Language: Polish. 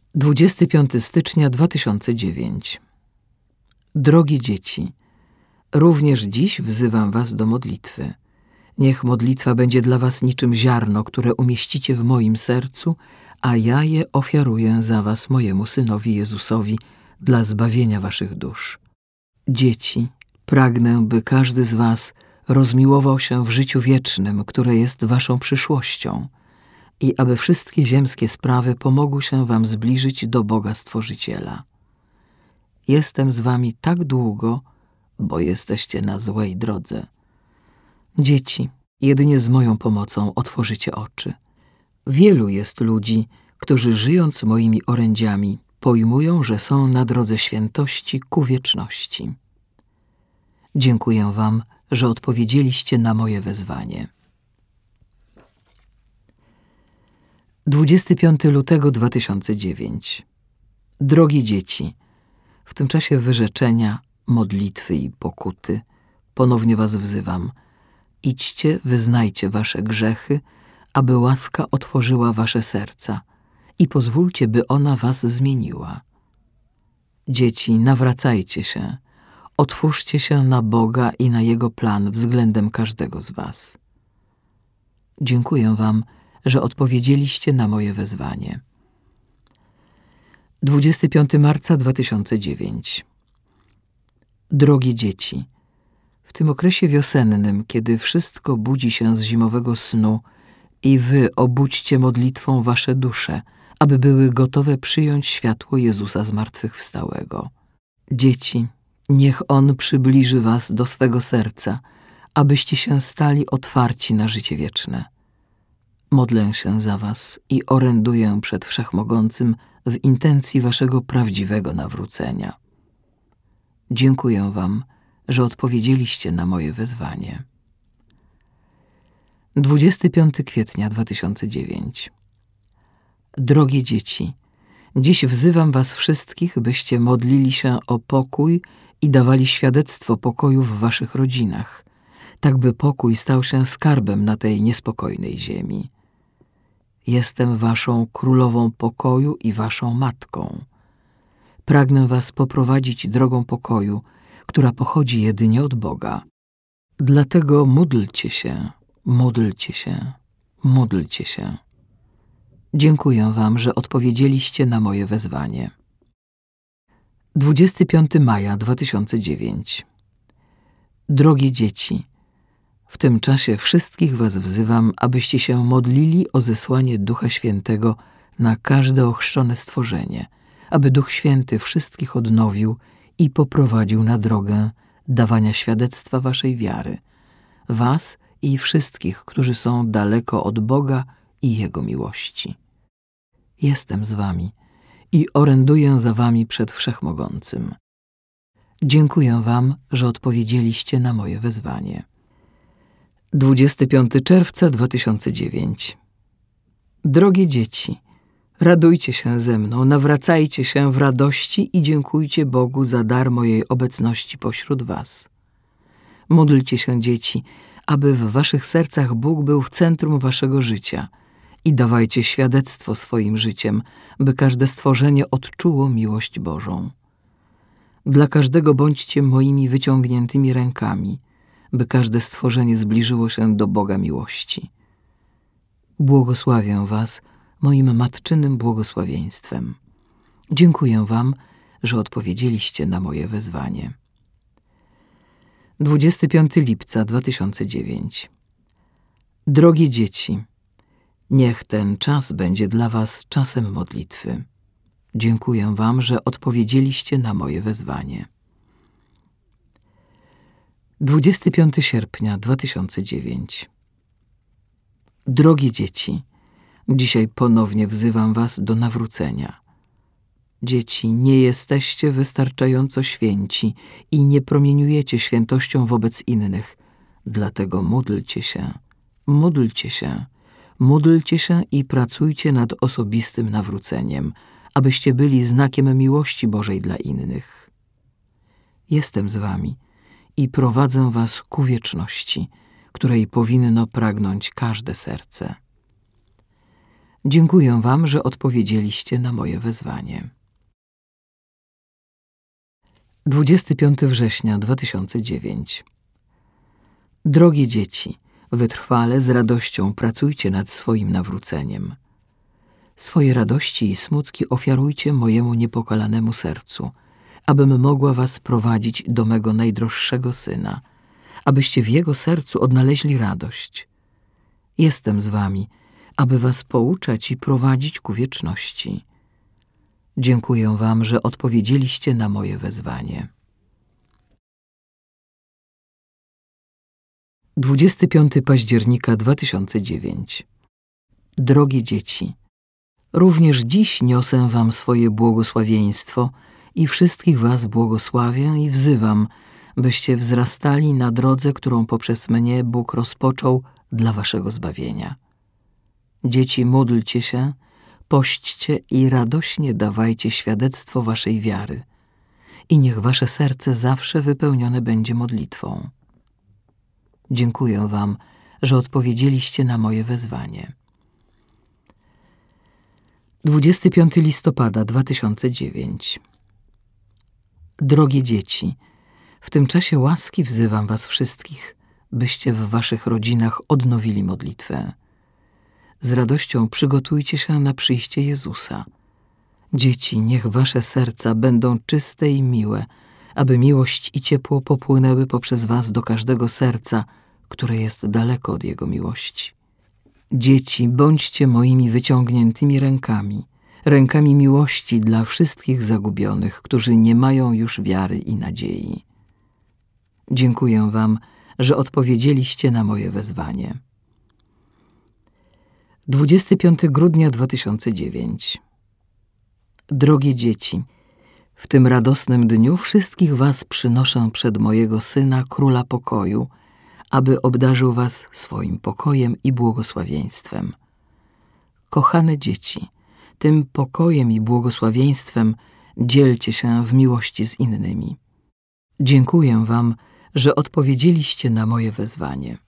25 stycznia 2009. Drogie dzieci, również dziś wzywam was do modlitwy. Niech modlitwa będzie dla was niczym ziarno, które umieścicie w moim sercu, a ja je ofiaruję za was mojemu Synowi Jezusowi dla zbawienia waszych dusz. Dzieci, pragnę, by każdy z was rozmiłował się w życiu wiecznym, które jest waszą przyszłością, i aby wszystkie ziemskie sprawy pomogły się wam zbliżyć do Boga Stworzyciela. Jestem z wami tak długo, bo jesteście na złej drodze. Dzieci, jedynie z moją pomocą otworzycie oczy. Wielu jest ludzi, którzy żyjąc moimi orędziami pojmują, że są na drodze świętości ku wieczności. Dziękuję wam, że odpowiedzieliście na moje wezwanie. 25 lutego 2009. Drogie dzieci, w tym czasie wyrzeczenia, modlitwy i pokuty ponownie was wzywam. Idźcie, wyznajcie wasze grzechy, aby łaska otworzyła wasze serca i pozwólcie, by ona was zmieniła. Dzieci, nawracajcie się, otwórzcie się na Boga i na Jego plan względem każdego z was. Dziękuję wam, że odpowiedzieliście na moje wezwanie. 25 marca 2009. Drogie dzieci, w tym okresie wiosennym, kiedy wszystko budzi się z zimowego snu, i wy obudźcie modlitwą wasze dusze, aby były gotowe przyjąć światło Jezusa zmartwychwstałego. Dzieci, niech On przybliży was do swego serca, abyście się stali otwarci na życie wieczne. Modlę się za was i oręduję przed Wszechmogącym w intencji waszego prawdziwego nawrócenia. Dziękuję wam, że odpowiedzieliście na moje wezwanie. 25 kwietnia 2009. Drogie dzieci, dziś wzywam was wszystkich, byście modlili się o pokój i dawali świadectwo pokoju w waszych rodzinach, tak by pokój stał się skarbem na tej niespokojnej ziemi. Jestem waszą królową pokoju i waszą matką. Pragnę was poprowadzić drogą pokoju, która pochodzi jedynie od Boga. Dlatego módlcie się, módlcie się, módlcie się. Dziękuję wam, że odpowiedzieliście na moje wezwanie. 25 maja 2009. Drogie dzieci, w tym czasie wszystkich was wzywam, abyście się modlili o zesłanie Ducha Świętego na każde ochrzczone stworzenie, aby Duch Święty wszystkich odnowił i poprowadził na drogę dawania świadectwa waszej wiary, was i wszystkich, którzy są daleko od Boga i Jego miłości. Jestem z wami i oręduję za wami przed Wszechmogącym. Dziękuję wam, że odpowiedzieliście na moje wezwanie. 25 czerwca 2009. Drogie dzieci, radujcie się ze mną, nawracajcie się w radości i dziękujcie Bogu za dar mojej obecności pośród was. Módlcie się, dzieci, aby w waszych sercach Bóg był w centrum waszego życia i dawajcie świadectwo swoim życiem, by każde stworzenie odczuło miłość Bożą. Dla każdego bądźcie moimi wyciągniętymi rękami, by każde stworzenie zbliżyło się do Boga miłości. Błogosławię was moim matczynym błogosławieństwem. Dziękuję wam, że odpowiedzieliście na moje wezwanie. 25 lipca 2009. Drogie dzieci, niech ten czas będzie dla was czasem modlitwy. Dziękuję wam, że odpowiedzieliście na moje wezwanie. 25 sierpnia 2009. Drogie dzieci, dzisiaj ponownie wzywam was do nawrócenia. Dzieci, nie jesteście wystarczająco święci i nie promieniujecie świętością wobec innych, dlatego módlcie się, módlcie się, módlcie się i pracujcie nad osobistym nawróceniem, abyście byli znakiem miłości Bożej dla innych. Jestem z wami i prowadzę was ku wieczności, której powinno pragnąć każde serce. Dziękuję wam, że odpowiedzieliście na moje wezwanie. 25 września 2009. Drogie dzieci, wytrwale z radością pracujcie nad swoim nawróceniem. Swoje radości i smutki ofiarujcie mojemu niepokalanemu sercu, abym mogła was prowadzić do mego najdroższego Syna, abyście w Jego sercu odnaleźli radość. Jestem z wami, aby was pouczać i prowadzić ku wieczności. Dziękuję wam, że odpowiedzieliście na moje wezwanie. 25 października 2009. Drogie dzieci, również dziś niosę wam swoje błogosławieństwo i wszystkich was błogosławię i wzywam, byście wzrastali na drodze, którą poprzez mnie Bóg rozpoczął dla waszego zbawienia. Dzieci, módlcie się, pośćcie i radośnie dawajcie świadectwo waszej wiary i niech wasze serce zawsze wypełnione będzie modlitwą. Dziękuję wam, że odpowiedzieliście na moje wezwanie. 25 listopada 2009. Drogie dzieci, w tym czasie łaski wzywam was wszystkich, byście w waszych rodzinach odnowili modlitwę. Z radością przygotujcie się na przyjście Jezusa. Dzieci, niech wasze serca będą czyste i miłe, aby miłość i ciepło popłynęły poprzez was do każdego serca, które jest daleko od Jego miłości. Dzieci, bądźcie moimi wyciągniętymi rękami, rękami miłości dla wszystkich zagubionych, którzy nie mają już wiary i nadziei. Dziękuję wam, że odpowiedzieliście na moje wezwanie. 25 grudnia 2009. Drogie dzieci, w tym radosnym dniu wszystkich was przynoszę przed mojego Syna, Króla Pokoju, aby obdarzył was swoim pokojem i błogosławieństwem. Kochane dzieci, tym pokojem i błogosławieństwem dzielcie się w miłości z innymi. Dziękuję wam, że odpowiedzieliście na moje wezwanie.